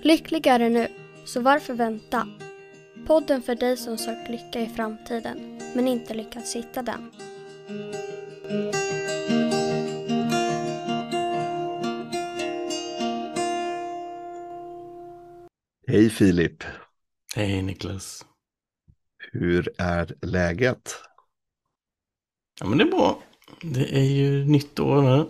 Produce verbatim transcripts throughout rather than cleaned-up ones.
Lyckligare nu, så varför vänta? Podden för dig som sökt lycka i framtiden, men inte lyckats hitta den. Hej Filip, Hej Niklas. hur är läget? Ja men det är bra. Det är ju nytt år nu.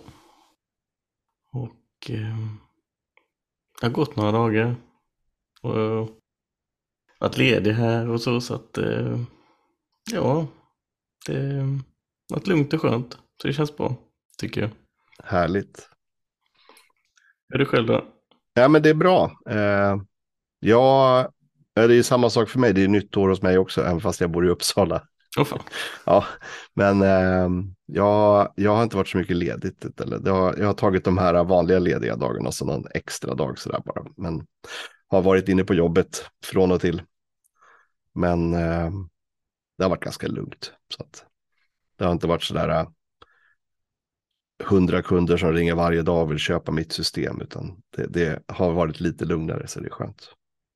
Och eh, det har gått några dagar. Och jag har varit ledig här och så. Så att eh, ja, det har varit lugnt och skönt. Så det känns bra, tycker jag. Härligt. Är du själv då? Ja men det är bra. Eh, ja, det är ju samma sak för mig. Det är nytt år hos mig också, även fast jag bor i Uppsala. Åh fan. Ja, men eh, jag, jag har inte varit så mycket ledigt. Eller, det har, jag har tagit de här vanliga lediga dagarna som någon extra dag sådär bara. Men har varit inne på jobbet från och till. Men eh, det har varit ganska lugnt. Så att det har inte varit sådär hundra kunder som ringer varje dag och vill köpa mitt system, utan det, det har varit lite lugnare, så det är skönt.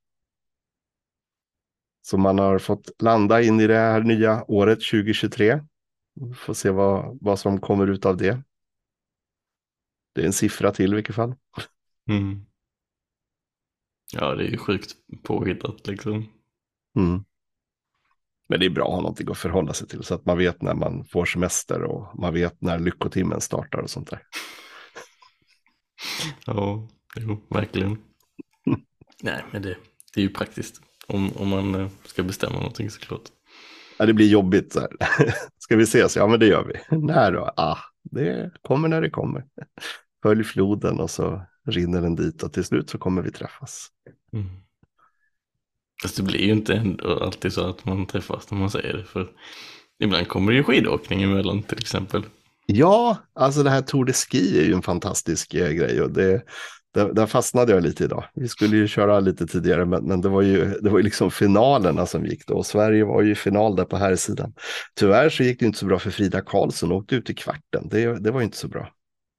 Så man har fått landa in i det här nya året tjugo tjugotre. Får se vad, vad som kommer ut av det. Det är en siffra till i vilket fall. Mm. Ja, det är ju sjukt påhittat liksom. Mm. Men det är bra att ha någonting att förhålla sig till, så att man vet när man får semester och man vet när lyckotimmen startar och sånt där. Ja, jo, verkligen. Nej, men det, det är ju praktiskt. Om, om man eh, ska bestämma någonting såklart. Ja, det blir jobbigt så här. Ska vi ses? Ja, men det gör vi. När då? Ah, det kommer när det kommer. Följ floden och så rinner den dit och till slut så kommer vi träffas. Mm. Fast det blir ju inte ändå alltid så att man träffas när man säger det. För ibland kommer det ju skidåkning emellan till exempel. Ja, alltså det här Tour de Ski är ju en fantastisk eh, grej och det, där, där fastnade jag lite idag. Vi skulle ju köra lite tidigare, men, men det var ju det var ju liksom finalerna som gick då och Sverige var ju i final där på här sidan. Tyvärr så gick det inte så bra för Frida Karlsson och åkte ut i kvarten. Det, det var ju inte så bra.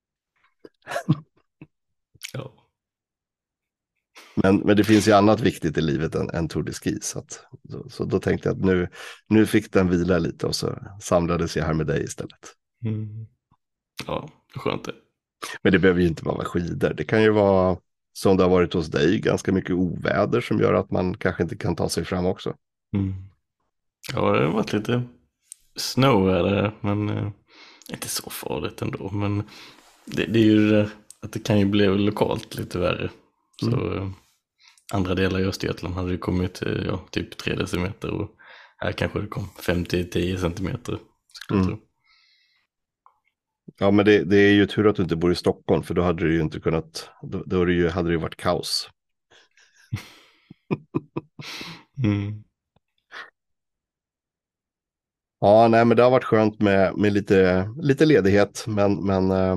Ja. Men, men det finns ju annat viktigt i livet än, än Tour de Ski. Så, att, så, så då tänkte jag att nu, nu fick den vila lite och så samlades jag här med dig istället. Mm. Ja, skönt det. Men det behöver ju inte bara vara skidor. Det kan ju vara som det har varit hos dig, ganska mycket oväder som gör att man kanske inte kan ta sig fram också. Mm. Ja, det har varit lite snöväder, men eh, inte så farligt ändå. Men det, det är ju det där att det kan ju bli lokalt lite värre. Så Mm. eh, andra delar i Östergötland hade det kommit eh, ja, typ tre decimeter och här kanske det kom fem till tio centimeter. Skulle jag Mm. tro. Ja, men det, det är ju tur att du inte bor i Stockholm, för då hade det ju inte kunnat, då, då hade det ju, hade det ju varit kaos. Mm. Ja, nej, men det har varit skönt med, med lite, lite ledighet, men, men eh,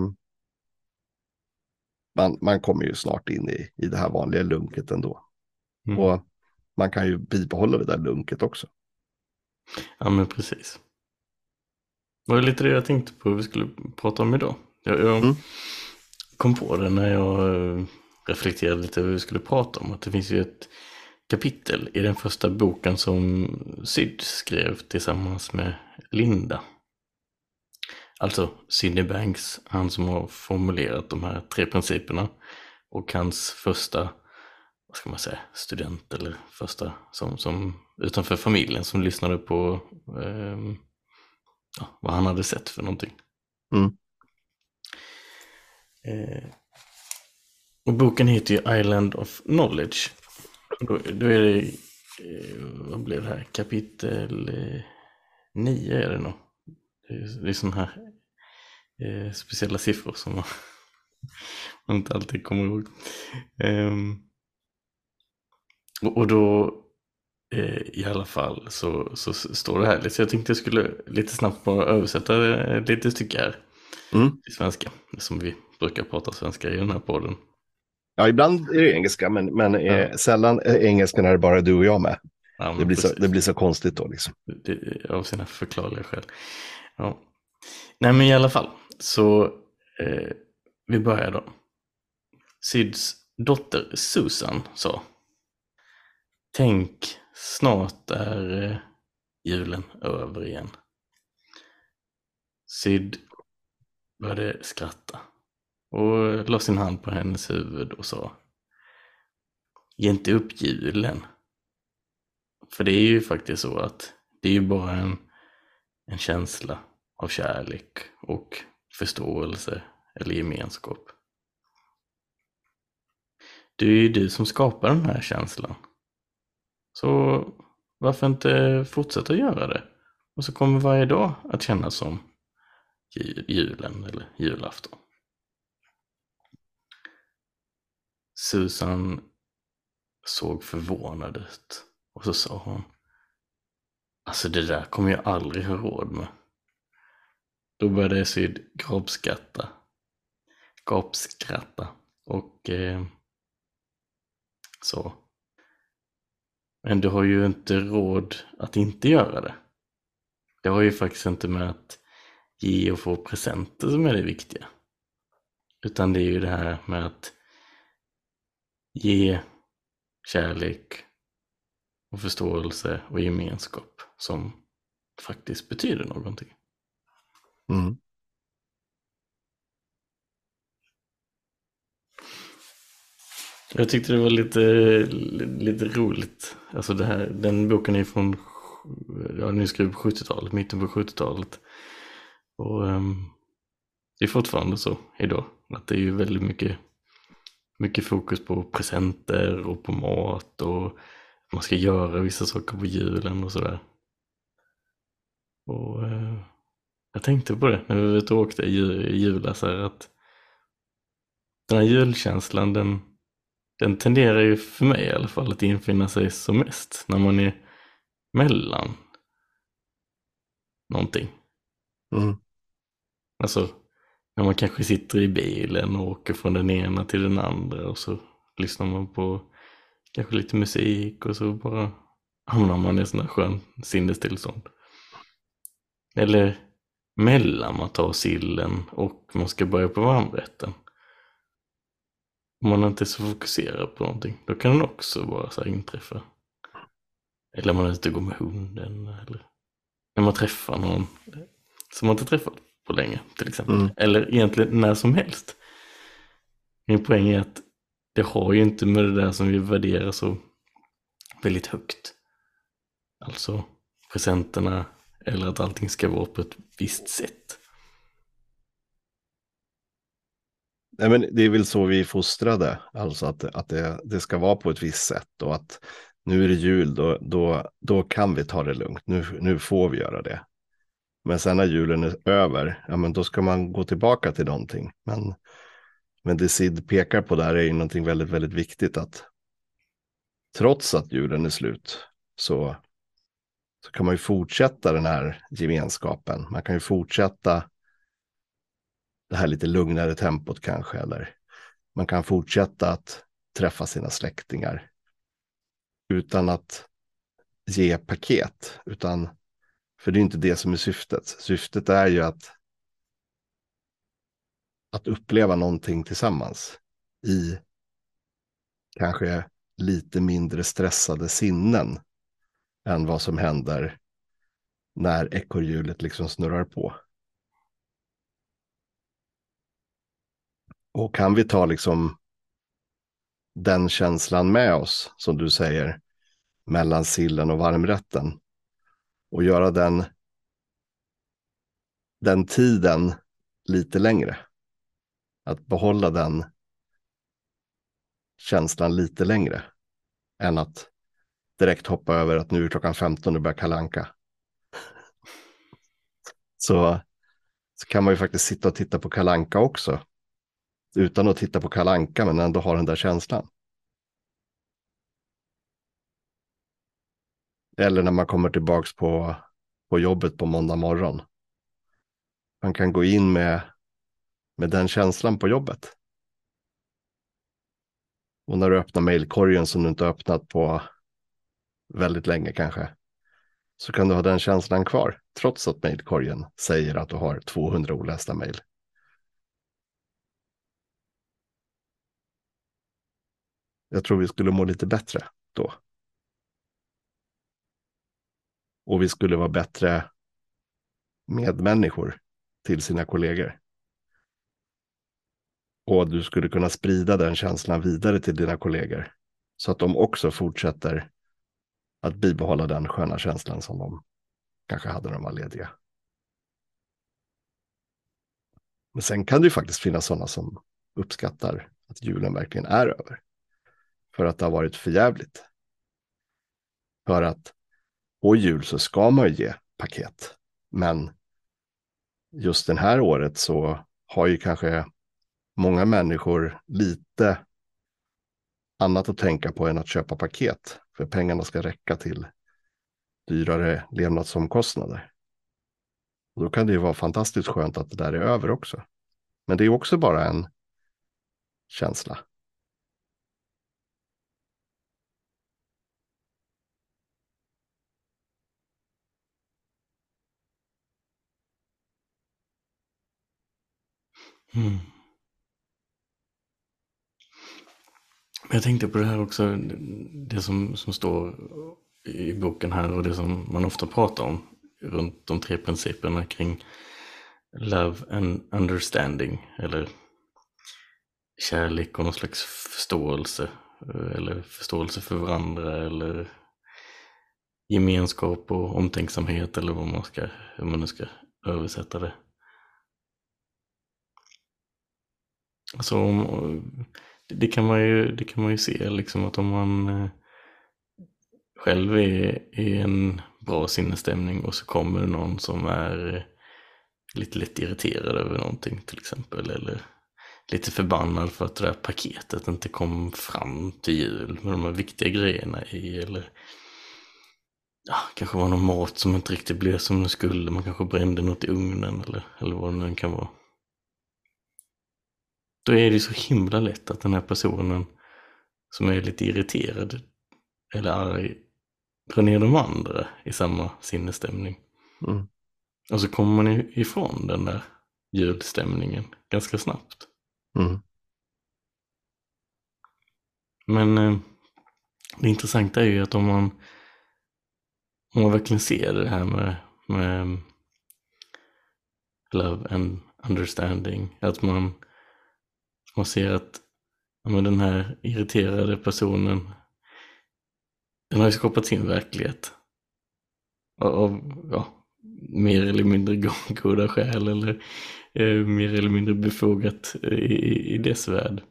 man, man kommer ju snart in i, i det här vanliga lunket ändå. Mm. Och man kan ju bibehålla det där lunket också. Ja, men precis. Det var lite det jag tänkte på vi skulle prata om idag. Jag, jag Mm. kom på det när jag eh, reflekterade lite över vad vi skulle prata om. Att det finns ju ett kapitel i den första boken som Syd skrev tillsammans med Linda. Alltså Sydney Banks, han som har formulerat de här tre principerna. Och hans första, vad ska man säga, student eller första som, som utanför familjen som lyssnade på eh, ja, vad han hade sett för någonting. Mm. Eh, och boken heter ju Island of Knowledge. Då, då är det, eh, vad blev det här, kapitel eh, nio är det nog. Det är, det är sådana här eh, speciella siffror som man, man inte alltid kommer ihåg. Eh, och, och då eh, i alla fall så, så står det här. Så jag tänkte jag skulle lite snabbt bara översätta eh, lite stycken här Mm. till svenska. Som vi brukar prata svenska i den här podden. Ja, ibland är det engelska, men, men eh, Ja. sällan är engelska när det bara är du och jag med. Ja, Det blir, så, precis. det blir så konstigt då liksom. Det, av sina förklarliga skäl. Ja. Nej, men i alla fall. Så eh, vi börjar då. Syds dotter Susan sa: tänk, snart är eh, julen över igen. Syd började skratta och la sin hand på hennes huvud och sa: ge inte upp julen. För det är ju faktiskt så att det är ju bara en, en känsla av kärlek och förståelse eller gemenskap. Det är ju du som skapar den här känslan. Så varför inte fortsätta göra det? Och så kommer varje dag att kännas som julen eller julafton. Susan såg förvånad ut och så sa hon: alltså det där kommer jag aldrig ha råd med. Då började Syd gapskratta. Gapskratta och eh, så. Men du har ju inte råd att inte göra det. Det har ju faktiskt inte med att ge och få presenter som är det viktiga. Utan det är ju det här med att ge kärlek och förståelse och gemenskap som faktiskt betyder någonting. Mm. Jag tyckte det var lite, lite roligt. Alltså det här, den boken är från, ja, nu skriver på sjuttiotalet, mitten på sjuttiotalet. Och um, det är fortfarande så idag. Att det är ju väldigt mycket, mycket fokus på presenter och på mat. Och man ska göra vissa saker på julen och sådär. Och uh, jag tänkte på det när vi var ute och åkte i julas här, att den här julkänslan, den Den tenderar ju för mig i alla fall att infinna sig som mest när man är mellan någonting. Mm. Alltså när man kanske sitter i bilen och åker från den ena till den andra och så lyssnar man på kanske lite musik och så bara hamnar man i en sån här skön sinnestillstånd. Eller mellan man tar sillen och man ska börja på varmrätten. Om man inte är så fokuserad på någonting, då kan den också bara så här inträffa. Eller man är ute och går med hunden. Eller när man träffar någon som man inte träffat på länge till exempel. Mm. Eller egentligen när som helst. Min poäng är att det har ju inte med det där som vi värderar så väldigt högt. Alltså presenterna eller att allting ska vara på ett visst sätt. Nej, men det är väl så vi är fostrade, alltså att, att det, det ska vara på ett visst sätt och att nu är det jul, då, då, då kan vi ta det lugnt, nu, nu får vi göra det. Men sen när julen är över, ja men då ska man gå tillbaka till någonting. Men, men det Sid pekar på där är ju någonting väldigt, väldigt viktigt, att trots att julen är slut så, så kan man ju fortsätta den här gemenskapen. Man kan ju fortsätta det här lite lugnare tempot kanske, eller man kan fortsätta att träffa sina släktingar utan att ge paket, utan för det är inte det som är syftet. Syftet är ju att att uppleva någonting tillsammans i kanske lite mindre stressade sinnen än vad som händer när ekorrhjulet liksom snurrar på. Och kan vi ta liksom den känslan med oss, som du säger, mellan sillen och varmrätten och göra den, den tiden lite längre. Att behålla den känslan lite längre än att direkt hoppa över att nu är klockan femton och börjar Kalle Anka. Så, så kan man ju faktiskt sitta och titta på Kalle Anka också. Utan att titta på Kalle Anka, men ändå ha den där känslan. Eller när man kommer tillbaks på, på jobbet på måndag morgon. Man kan gå in med, med den känslan på jobbet. Och när du öppnar mejlkorgen som du inte har öppnat på väldigt länge kanske, så kan du ha den känslan kvar, trots att mejlkorgen säger att du har tvåhundra olästa mejl. jag tror vi skulle må lite bättre då. Och vi skulle vara bättre medmänniskor till sina kollegor. Och du skulle kunna sprida den känslan vidare till dina kollegor. Så att de också fortsätter att bibehålla den sköna känslan som de kanske hade när de var lediga. Men sen kan det ju faktiskt finnas sådana som uppskattar att julen verkligen är över. För att det har varit för jävligt. För att på jul så ska man ju ge paket. Men just det här året så har ju kanske många människor lite annat att tänka på än att köpa paket. För pengarna ska räcka till dyrare levnadsomkostnader. Och då kan det ju vara fantastiskt skönt att det där är över också. Men det är också bara en känsla. Mm. Jag tänkte på det här också, det som, som står i boken här och det som man ofta pratar om runt de tre principerna kring love and understanding, eller kärlek och någon slags förståelse, eller förståelse för varandra, eller gemenskap och omtänksamhet, eller vad man ska, hur man nu ska översätta det. Alltså, det kan man ju, det kan man ju se liksom, att om man själv är i en bra sinnesstämning och så kommer någon som är lite lätt irriterad över någonting till exempel, eller lite förbannad för att det där paketet inte kom fram till jul med de här viktiga grejerna i, eller ja, kanske var någon mat som inte riktigt blev som den skulle, man kanske brände något i ugnen eller, eller vad det nu kan vara. Då är det så himla lätt att den här personen som är lite irriterad eller arg drar ner de andra i samma sinnesstämning. Mm. Och så kommer man ifrån den där julstämningen ganska snabbt. Mm. Men eh, det intressanta är ju att om man, om man verkligen ser det här med, med love and understanding, att man, man ser att ja, men den här irriterade personen, den har ju skapat sin verklighet av ja, mer eller mindre goda skäl, eller eh, mer eller mindre befogat i, i dess värld.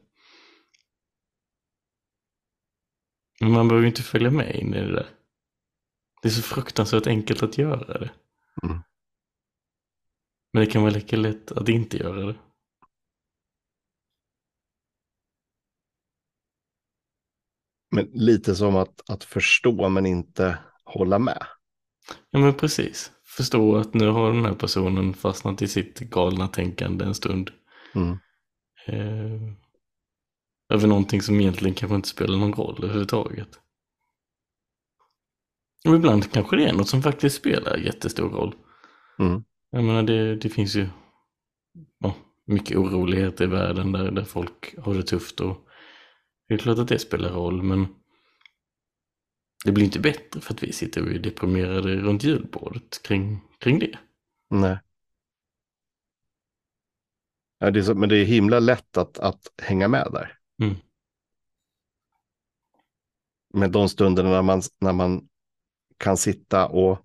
Men man behöver ju inte följa med in i det där. Det är så fruktansvärt enkelt att göra det. Mm. Men det kan vara lika lätt att inte göra det. Men lite som att, att förstå men inte hålla med. Ja men precis. Förstå att nu har den här personen fastnat i sitt galna tänkande en stund. Mm. Eh, över någonting som egentligen kanske inte spelar någon roll överhuvudtaget. Och ibland kanske det är något som faktiskt spelar jättestor roll. Mm. Jag menar det, det finns ju ja, mycket oroligheter i världen där, där folk har det tufft, och det är klart att det spelar roll, men det blir inte bättre för att vi sitter och är deprimerade runt julbordet kring, kring det. Nej. Ja, det är så, men det är himla lätt att, att hänga med där. Mm. Med de stunderna när man, när man kan sitta och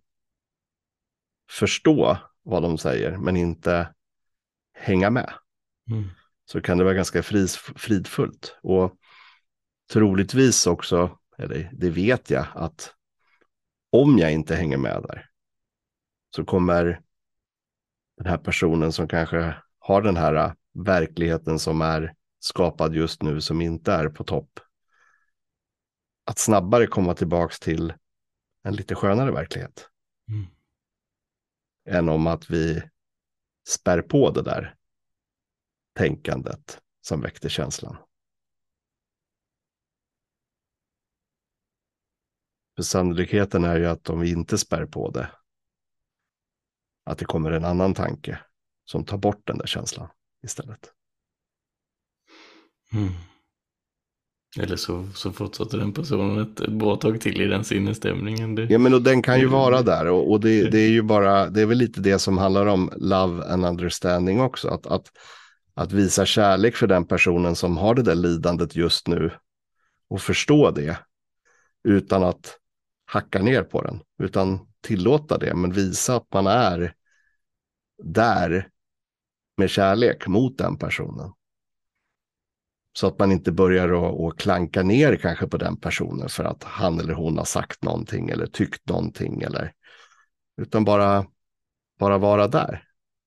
förstå vad de säger men inte hänga med. Mm. Så kan det vara ganska fris, fridfullt. Och troligtvis också, eller det vet jag, att om jag inte hänger med där så kommer den här personen som kanske har den här verkligheten som är skapad just nu, som inte är på topp, att snabbare komma tillbaks till en lite skönare verklighet. Mm. Än om att vi spär på det där tänkandet som väckte känslan. För sannolikheten är ju att om vi inte spär på det, att det kommer en annan tanke som tar bort den där känslan istället. Mm. Eller så, så fortsätter den personen ett, ett bra tag till i den sinnesstämningen. Det, Ja, men och den kan ju det, vara där och, och det, det är ju bara, det är väl lite det som handlar om love and understanding också. Att, att, att visa kärlek för den personen som har det där lidandet just nu och förstå det utan att hacka ner på den, utan tillåta det, men visa att man är där med kärlek mot den personen. Så att man inte börjar att, att klanka ner kanske på den personen för att han eller hon har sagt någonting eller tyckt någonting eller, utan bara, bara vara där.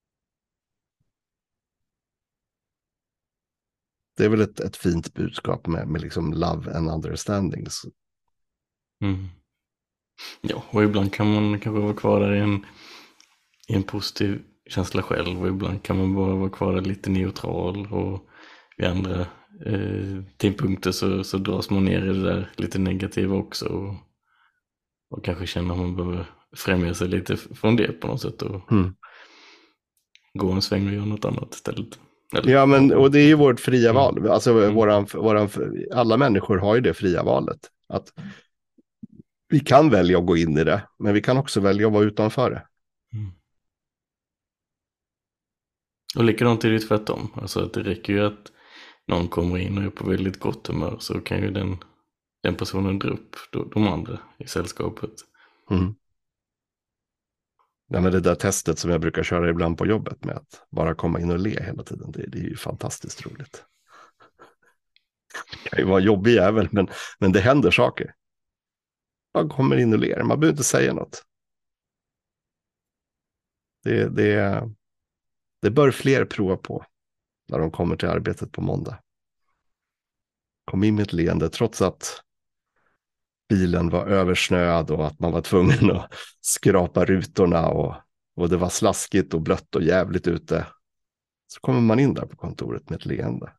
Det är väl ett, ett fint budskap med, med liksom love and understanding. mm. Ja, och ibland kan man kanske vara kvar där i en, i en positiv känsla själv och ibland kan man bara vara kvar där lite neutral och vid andra eh, tidpunkter så, så dras man ner i det där lite negativa också och, och kanske känner att man behöver främja sig lite från det på något sätt och Mm. gå en sväng och göra något annat istället. Eller, Ja, men och det är ju vårt fria Mm. val. Alltså, Mm. våran, våran, alla människor har ju det fria valet. Att vi kan välja att gå in i det, men vi kan också välja att vara utanför det. Mm. Och likadant är det tvärtom. Alltså att det räcker ju att någon kommer in och är på väldigt gott humör så kan ju den, den personen dra upp de andra i sällskapet. Mm. Ja, men det där testet som jag brukar köra ibland på jobbet med att bara komma in och le hela tiden, det, det är ju fantastiskt roligt. Det kan ju vara en jobbig jävel, men, men det händer saker. Man kommer in och ler, man behöver inte säga något. Det, det, det bör fler prova på när de kommer till arbetet på måndag. Kom in med ett leende trots att bilen var översnöad och att man var tvungen att skrapa rutorna och, och det var slaskigt och blött och jävligt ute. Så kommer man in där på kontoret med ett leende.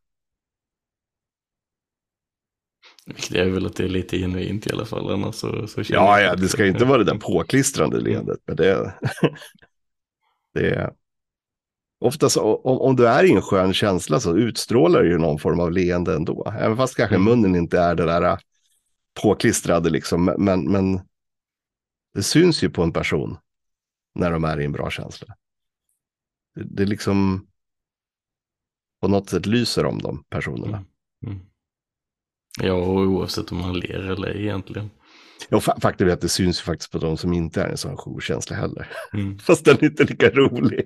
Det är väl att det är lite genuint i alla fall. Annars så, så Ja, ja, det ska ju inte vara det där påklistrande leendet. Men det, det är... Oftast om, om du är i en skön känsla så utstrålar ju någon form av leende ändå. Även fast kanske Mm. munnen inte är det där påklistrade liksom. Men, men det syns ju på en person när de är i en bra känsla. Det, det liksom på något sätt lyser om de personerna. Mm. Mm. Ja, och oavsett om man ler eller egentligen. Ja, fa- faktum är att det syns ju faktiskt på de som inte är en sån jourkänsla heller. Mm. Fast den är inte lika rolig.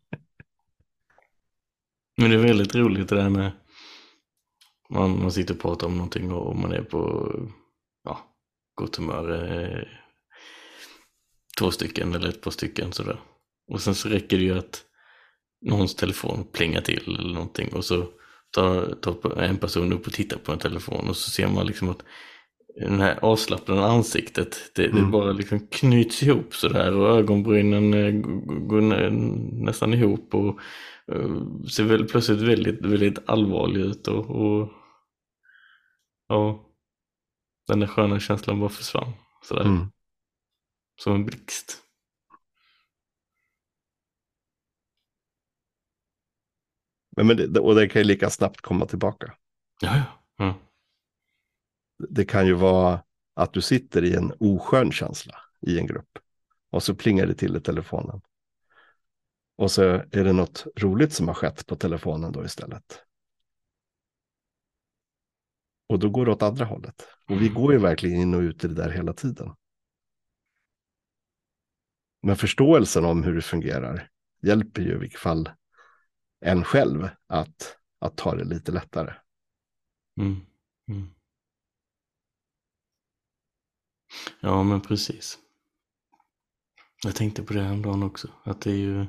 Men det är väldigt roligt det där när man, man sitter och pratar om någonting och man är på ja, gott humör. Eh, två stycken eller ett par stycken sådär. Och sen så räcker det ju att någons telefon plingar till eller någonting och så tar, tar en person upp och tittar på en telefon och så ser man liksom att den här avslappnade ansiktet det, mm. det bara liksom knyts ihop sådär och ögonbrynen eh, går nä, nästan ihop och uh, ser väl plötsligt väldigt, väldigt allvarlig ut och, och ja, den där sköna känslan bara försvann sådär. Mm. Som en blixt. Men, men det, och det kan ju lika snabbt komma tillbaka. Ja, ja. ja. Det kan ju vara att du sitter i en oskön känsla i en grupp. Och så plingar det till i telefonen. Och så är det något roligt som har skett på telefonen då istället. Och då går det åt andra hållet. Och vi går ju verkligen in och ut i det där hela tiden. Men förståelsen om hur det fungerar hjälper ju i vilket fall en själv att, att ta det lite lättare. Mm. Mm. Ja, men precis. Jag tänkte på det här dagen också. Att det är ju...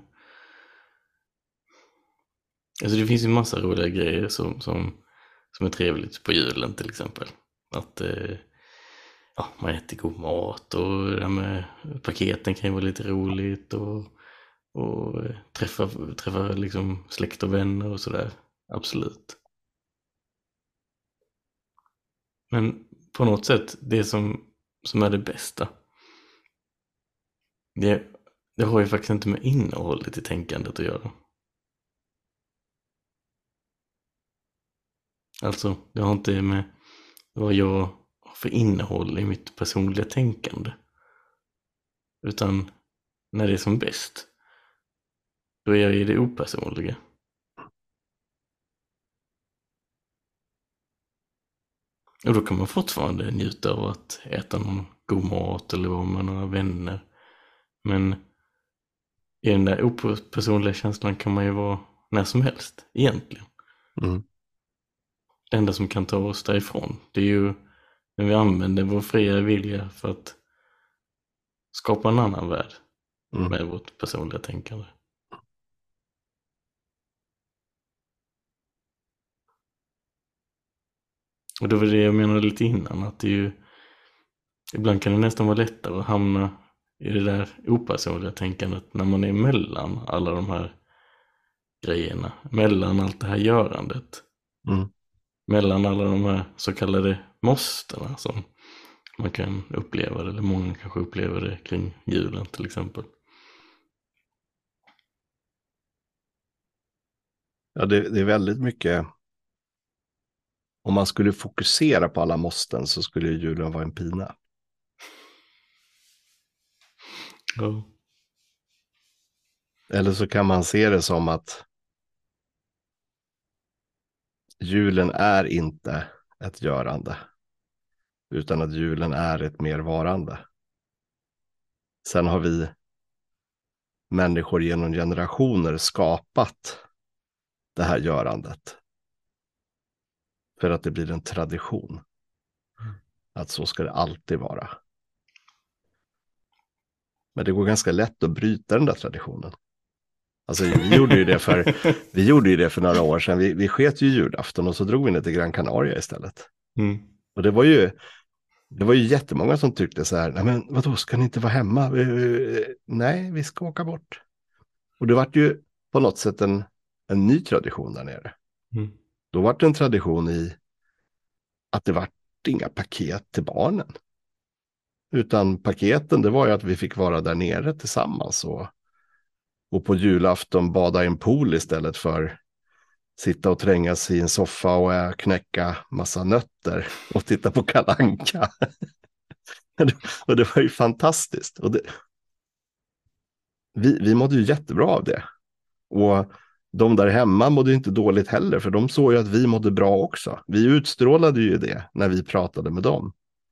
Alltså det finns ju massa roliga grejer som, som, som är trevligt på julen till exempel. Att eh, ja, man äter god mat och det med paketen kan ju vara lite roligt och, och träffa, träffa liksom släkt och vänner och sådär. Absolut. Men på något sätt, det som, som är det bästa, det, det har ju faktiskt inte med innehållet i tänkandet att göra. Alltså, det har inte med vad jag har för innehåll i mitt personliga tänkande. Utan när det är som bäst, då är jag i det opersonliga. Och då kan man fortfarande njuta av att äta någon god mat eller vara med några vänner. Men i den där opersonliga känslan kan man ju vara när som helst, egentligen. Mm. Det enda som kan ta oss därifrån, det är ju när vi använder vår fria vilja för att skapa en annan värld Mm. med vårt personliga tänkande. Och det var det jag menade lite innan, att det är ju, ibland kan det nästan vara lättare att hamna i det där opersonliga tänkandet när man är mellan alla de här grejerna, mellan allt det här görandet, Mm. mellan alla de här så kallade måstena som man kan uppleva det, eller många kanske upplever det kring julen till exempel. Ja, det, det är väldigt mycket. Om man skulle fokusera på alla måsten så skulle julen vara en pina. Ja. Eller så kan man se det som att julen är inte ett görande, utan att julen är ett mer varande. Sen har vi människor genom generationer skapat det här görandet. För att det blir en tradition. Att så ska det alltid vara. Men det går ganska lätt att bryta den där traditionen. Alltså vi gjorde ju det för, vi gjorde ju det för några år sedan. Vi, vi sket ju julafton och så drog vi ner till Gran Canaria istället. Mm. Och det var ju, det var ju jättemånga som tyckte så här, nej men vadå, ska ni inte vara hemma? Nej, vi ska åka bort. Och det var ju på något sätt en, en ny tradition där nere. Mm. Då var det en tradition i att det var inga paket till barnen. Utan paketen, det var ju att vi fick vara där nere tillsammans och, och på julafton bada i en pool istället för sitta och trängas i en soffa och äh, knäcka massa nötter och titta på Kalle Anka. Och det var ju fantastiskt. Och det, vi, vi mådde ju jättebra av det. Och de där hemma mådde ju inte dåligt heller, för de såg ju att vi mådde bra också. Vi utstrålade ju det när vi pratade med dem.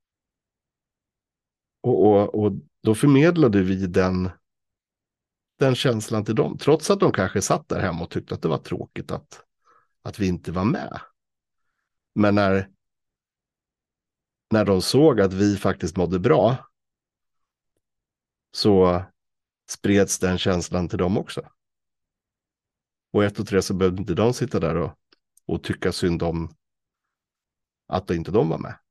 Och, och, och då förmedlade vi den, den känslan till dem. Trots att de kanske satt där hemma och tyckte att det var tråkigt att, att vi inte var med. Men när, när de såg att vi faktiskt mådde bra så spreds den känslan till dem också. Och ett och tre så behövde inte de sitta där och, och tycka synd om att inte de var med.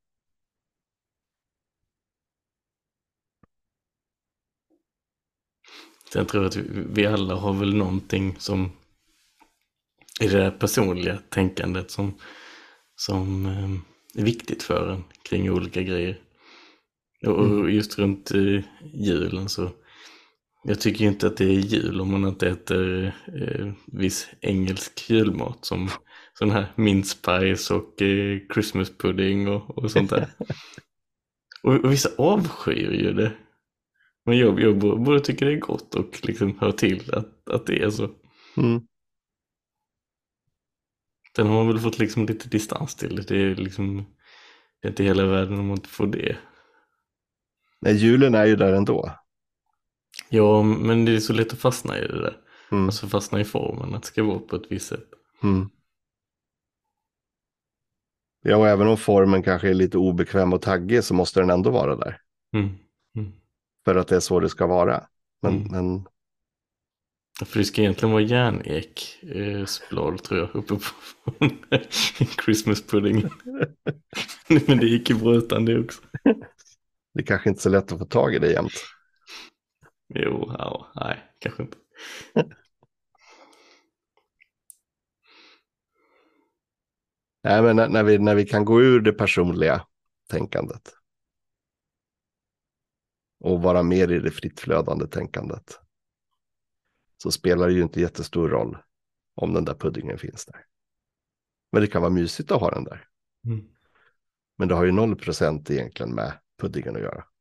Jag tror att vi, vi alla har väl någonting som i det där personliga tänkandet som, som eh, är viktigt för en kring olika grejer. Och, Mm. och just runt eh, julen så jag tycker inte att det är jul om man inte äter eh, viss engelsk julmat som sån här mince pies och eh, Christmas pudding och, och sånt där. och, och vissa avskyr ju det. Men jag, jag borde tycka det är gott och liksom hör till att, att det är så. Mm. Den har man väl fått liksom lite distans till. Det är liksom det är inte hela världen om man inte får det. Nej, julen är ju där ändå. Ja, men det är så lätt att fastna i det där. Mm. Alltså fastna i formen, att det ska vara på ett visst sätt. Mm. Ja, och även om formen kanske är lite obekväm och taggig så måste den ändå vara där. Mm. Mm. För att det är så det ska vara. Men, Mm. men... För det ska egentligen vara järnek eh, splad tror jag uppe på Christmas pudding. Men det gick ju bra utan det också. det är kanske inte så lätt att få tag i det jämt. Jo, ja, nej, kanske inte. Nej, men när, när, vi, när vi kan gå ur det personliga tänkandet och vara mer i det frittflödande tänkandet så spelar det ju inte jättestor roll om den där puddingen finns där. Men det kan vara mysigt att ha den där. Mm. Men det har ju noll procent egentligen med puddingen att göra.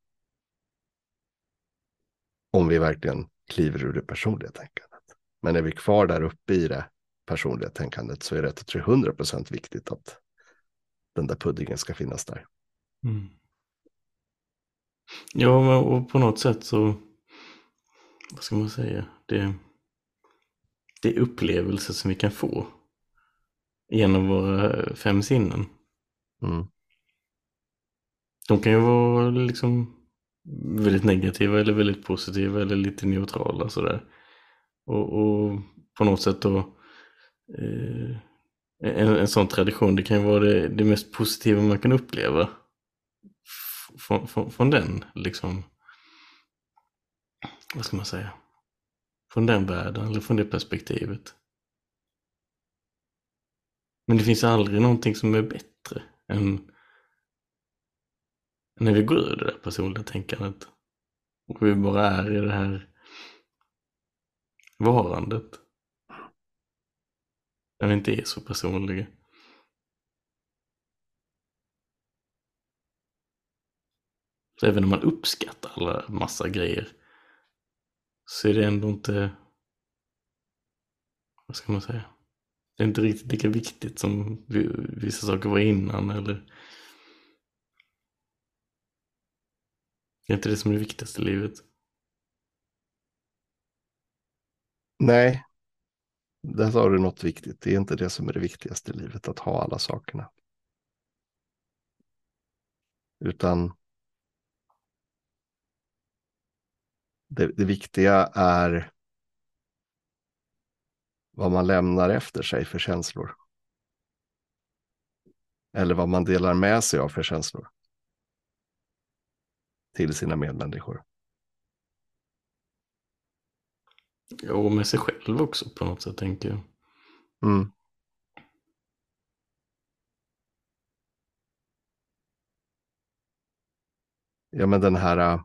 Om vi verkligen kliver ur det personliga tänkandet. Men är vi kvar där uppe i det personliga tänkandet så är det till hundra procent viktigt att den där puddingen ska finnas där. Mm. Ja, och på något sätt så, vad ska man säga, det, det är upplevelser som vi kan få genom våra fem sinnen. Mm. De kan ju vara liksom väldigt negativa eller väldigt positiva eller lite neutrala sådär. Och, och på något sätt då eh, en, en sån tradition, det kan ju vara det, det mest positiva man kan uppleva från, från, från den liksom, vad ska man säga, från den världen eller från det perspektivet. Men det finns aldrig någonting som är bättre än när vi går ur det där personliga tänkandet och vi bara är i det här varandet. När vi inte är så personliga. Så även om man uppskattar alla massa grejer så är det ändå inte, vad ska man säga, det är inte riktigt lika viktigt som vissa saker var innan, eller det är inte det som är det viktigaste i livet. Nej, där har du något viktigt. Det är inte det som är det viktigaste i livet, att ha alla sakerna. Utan det, det viktiga är vad man lämnar efter sig för känslor. Eller vad man delar med sig av för känslor. Till sina medmänniskor. Ja, och med sig själv också på något sätt, tänker jag. Mm. Ja, men den här...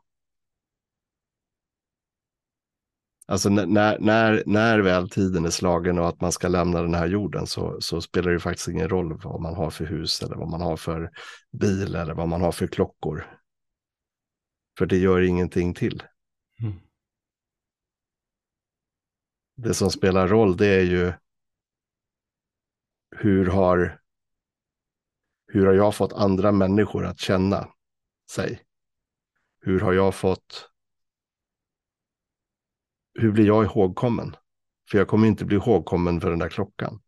Alltså när, när, när väl tiden är slagen och att man ska lämna den här jorden så, så spelar det faktiskt ingen roll vad man har för hus eller vad man har för bil eller vad man har för klockor. För det gör ingenting till. Mm. Det som spelar roll, det är ju hur har, hur har jag fått andra människor att känna sig? Hur har jag fått, hur blir jag ihågkommen? För jag kommer inte bli ihågkommen för den där klockan.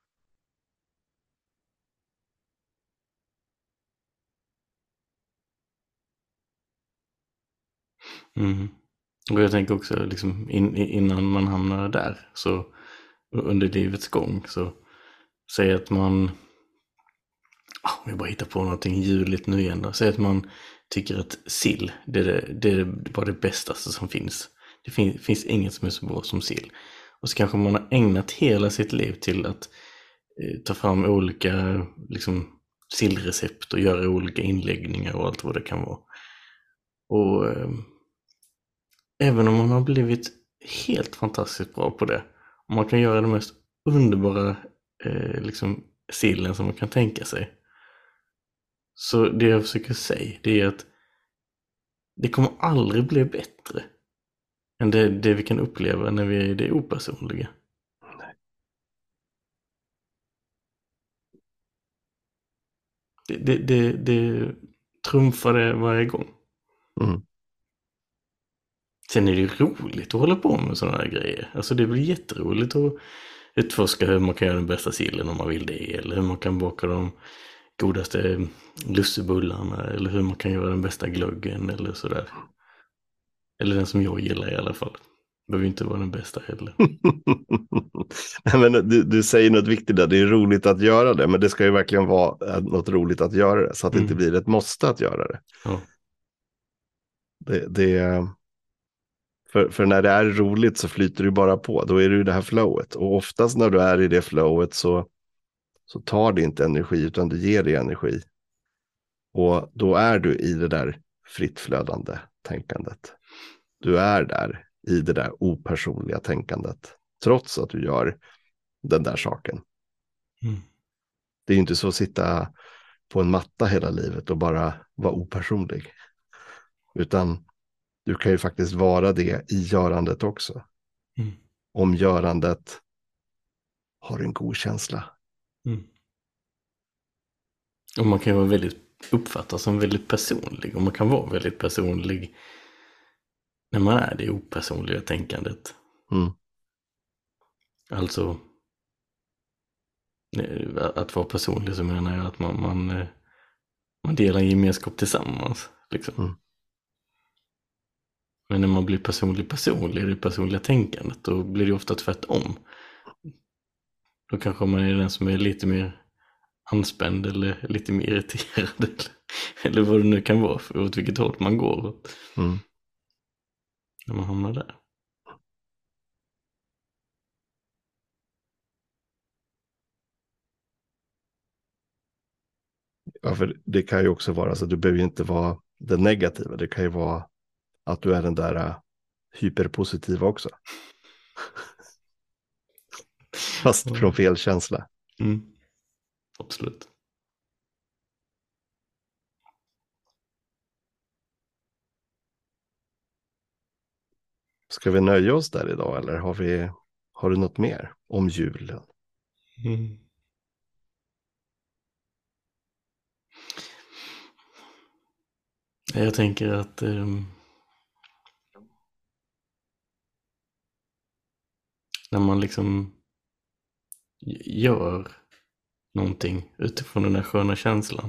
Mm. Och jag tänker också liksom in, innan man hamnar där, så under livets gång, så säg att man, om jag bara hittar på någonting juligt nu igen då, säg att man tycker att sill, det är det, det är bara det bästaste som finns. Det fin, finns inget som är så bra som sill. Och så kanske man har ägnat hela sitt liv till att eh, ta fram olika liksom sillrecept och göra olika inläggningar och allt vad det kan vara. Och eh, även om man har blivit helt fantastiskt bra på det, och man kan göra de mest underbara eh, liksom sillen som man kan tänka sig, så det jag försöker säga, det är att det kommer aldrig bli bättre än det, det vi kan uppleva när vi är i det opersonliga. Det, det, det, det trumfar det varje gång. Mm. Sen är det ju roligt att hålla på med sådana här grejer. Alltså det blir jätteroligt att utforska hur man kan göra den bästa sillen om man vill det. Eller hur man kan baka de godaste lussebullarna. Eller hur man kan göra den bästa glöggen eller sådär. Eller den som jag gillar i alla fall. Det behöver inte vara den bästa heller. Nej, men du, du säger något viktigt där. Det är roligt att göra det. Men det ska ju verkligen vara något roligt att göra det. Så att det Mm. inte blir ett måste att göra det. Ja. Det, det för, för när det är roligt så flyter du bara på. Då är det ju det här flowet. Och oftast när du är i det flowet så, så tar det inte energi utan det ger dig energi. Och då är du i det där fritt flödande tänkandet. Du är där i det där opersonliga tänkandet. Trots att du gör den där saken. Mm. Det är ju inte så att sitta på en matta hela livet och bara vara opersonlig. Utan du kan ju faktiskt vara det i görandet också. Mm. Om görandet har en god känsla. Mm. Och man kan ju vara väldigt, uppfattas som väldigt personlig. Och man kan vara väldigt personlig när man är det opersonliga tänkandet. Mm. Alltså, att vara personlig så menar jag att man, man, man delar en gemenskap tillsammans. Liksom. Mm. Men när man blir personlig personlig i det personliga tänkandet, då blir det ofta tvärtom. Då kanske man är den som är lite mer anspänd eller lite mer irriterad eller, eller vad det nu kan vara för åt vilket håll man går Mm. när man hamnar där. Ja, för det kan ju också vara så, du behöver ju inte vara det negativa, det kan ju vara att du är den där uh, hyperpositiva också. Fast Mm. från fel känsla. Mm. Absolut. Ska vi nöja oss där idag eller har vi har du något mer om julen? Mm. Jag tänker att um, när man liksom gör någonting utifrån den där sköna känslan,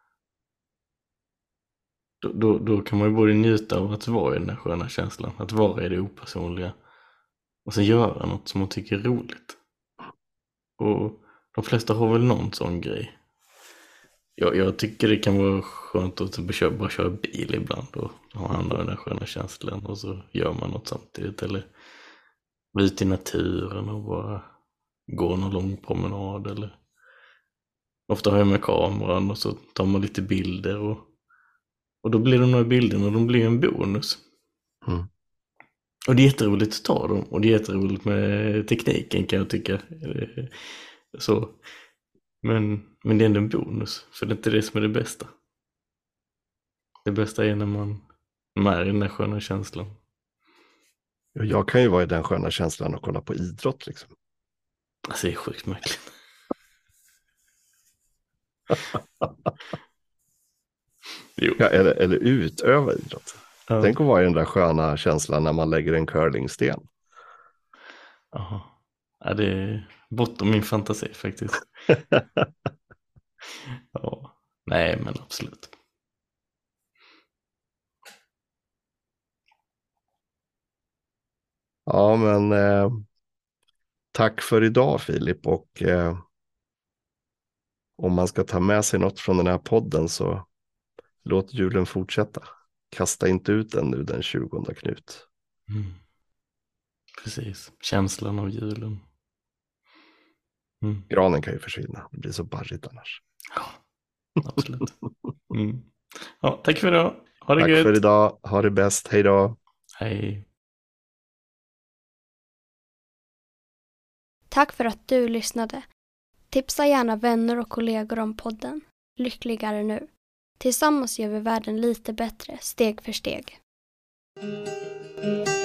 då, då, då kan man ju både njuta av att vara i den där sköna känslan, att vara i det opersonliga, och sen göra något som man tycker är roligt. Och de flesta har väl någon sån grej. Jag, jag tycker det kan vara skönt att bara köra, bara köra bil ibland och ha hand om den där sköna känslan, och så gör man något samtidigt, eller vara ute i naturen och bara gå någon lång promenad, eller ofta har jag med kameran och så tar man lite bilder och, och då blir de några bilderna och de blir en bonus. Mm. Och det är jätteroligt att ta dem, och det är jätteroligt med tekniken kan jag tycka. Så. Men, men det är ändå en bonus, för det är inte det som är det bästa. Det bästa är när man, när man är i den där sköna känslan. Jag kan ju vara i den sköna känslan och kolla på idrott liksom. Alltså det är sjukt märkligt. Jo. Ja, eller, eller utöva idrott. Ja. Tänk att vara i den där sköna känslan när man lägger en curlingsten. Jaha. Ja, det är bortom min fantasi faktiskt. Ja. Nej, men absolut. Ja, men eh, tack för idag Filip, och eh, om man ska ta med sig något från den här podden så låt julen fortsätta. Kasta inte ut den nu den tjugonde Knut. Mm. Precis, känslan av julen. Mm. Granen kan ju försvinna, det blir så barrigt annars. Ja, absolut. Mm. Ja, tack för idag. Ha det Tack gött. för idag, ha det bäst, hej då. Hej. Tack för att du lyssnade. Tipsa gärna vänner och kollegor om podden Lyckligare nu. Tillsammans gör vi världen lite bättre, steg för steg.